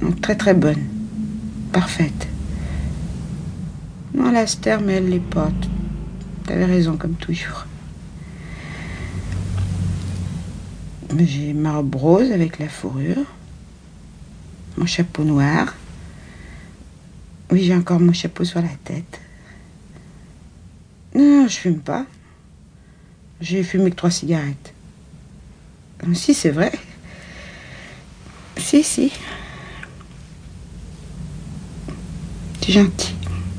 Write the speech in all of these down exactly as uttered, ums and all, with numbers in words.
Très très bonne. Parfaite. Non, la Stère, mais elle l'est pas. T'avais raison, comme toujours. J'ai ma robe rose avec la fourrure. Mon chapeau noir. Oui, j'ai encore mon chapeau sur la tête. Non, non, je fume pas. J'ai fumé que trois cigarettes. Si, c'est vrai. Si, si. C'est gentil.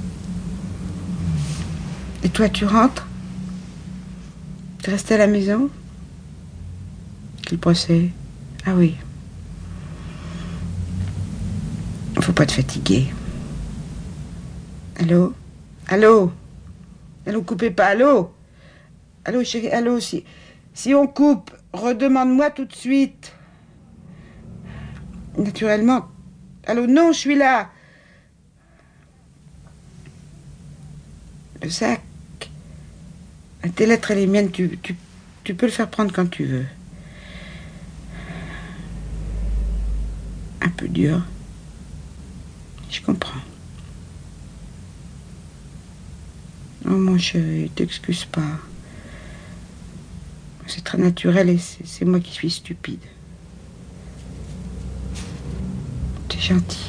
Et toi, tu rentres? Tu restes à la maison? Quel procès? Ah oui. Faut pas te fatiguer. Allô? Allô? Allô, coupez pas, allô? Allô, chérie, allô, si, si on coupe, redemande-moi tout de suite. Naturellement. Allô, non, je suis là. Le sac. Tes lettres et les miennes, tu, tu, tu peux le faire prendre quand tu veux. Un peu dur. Je comprends. Oh, mon chéri, t'excuse pas. C'est très naturel et c'est moi qui suis stupide. T'es gentil.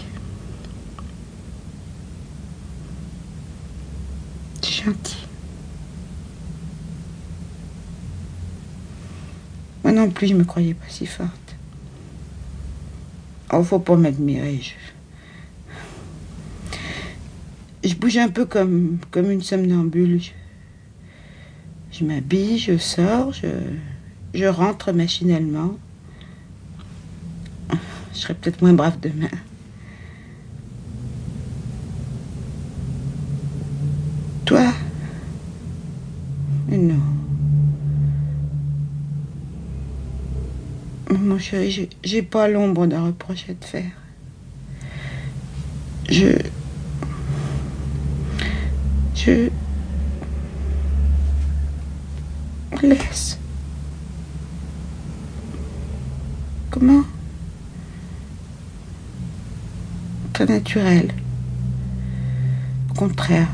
T'es gentil. Moi non plus, je me croyais pas si forte. Oh, faut pas m'admirer. Je... je bouge un peu comme, comme une somnambule. Je, je m'habille, je sors, je, je rentre machinalement. Je serai peut-être moins brave demain. Toi? Non. Mon chéri, j'ai pas l'ombre d'un reproche à te faire. Je... Je... Laisse. Comment? Très naturel. Au contraire.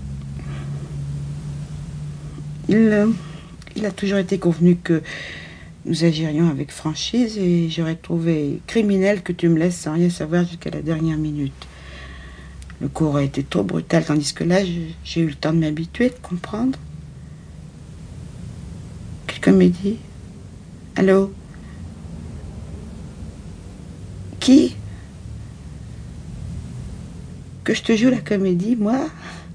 Il, il a toujours été convenu que nous agirions avec franchise et j'aurais trouvé criminel que tu me laisses sans rien savoir jusqu'à la dernière minute. Le coup aurait été trop brutal, tandis que là, j'ai eu le temps de m'habituer, de comprendre. Quelle comédie? Allô? Qui? Que je te joue la comédie, moi?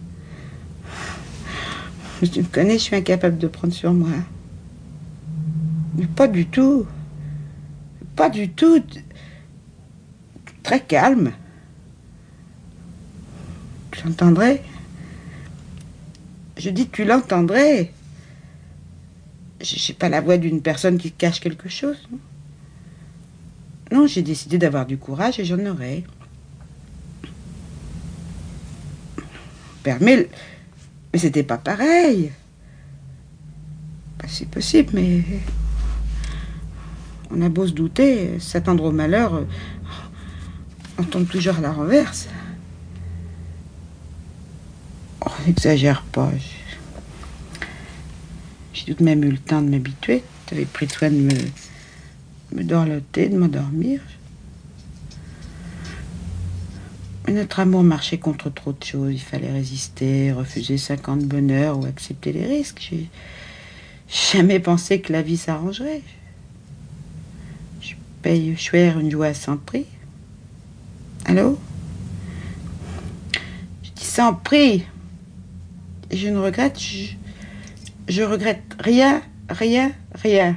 Tu me connais, je suis incapable de prendre sur moi. Mais pas du tout. Pas du tout. Très calme. Tu l'entendrais? Je dis tu l'entendrais. J'ai pas la voix d'une personne qui cache quelque chose. Non, non, j'ai décidé d'avoir du courage et j'en aurai. Permets, mais c'était pas pareil. Bah, c'est possible, mais on a beau se douter, s'attendre au malheur, on tombe toujours à la renverse. Oh, n'exagère pas. J'ai tout de même eu le temps de m'habituer. Tu avais pris soin de me, me dorloter, de m'endormir. Mais notre amour marchait contre trop de choses. Il fallait résister, refuser cinquante bonheurs ou accepter les risques. J'ai jamais pensé que la vie s'arrangerait. Je paye cher une joie sans prix. Allô? Je dis sans prix. Et je ne regrette... Je, je regrette rien, rien, rien.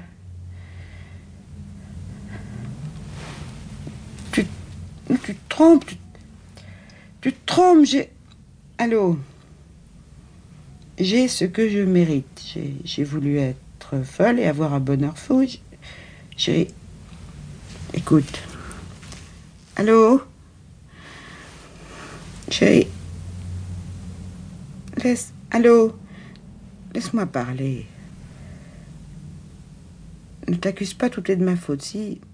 Tu, tu te trompes, tu, tu te trompes, j'ai... Allô? J'ai ce que je mérite. J'ai voulu être folle et avoir un bonheur fou. J'ai... Écoute. Allô? Chérie. Laisse... Allô? Laisse-moi parler. Ne t'accuse pas, tout est de ma faute. Si...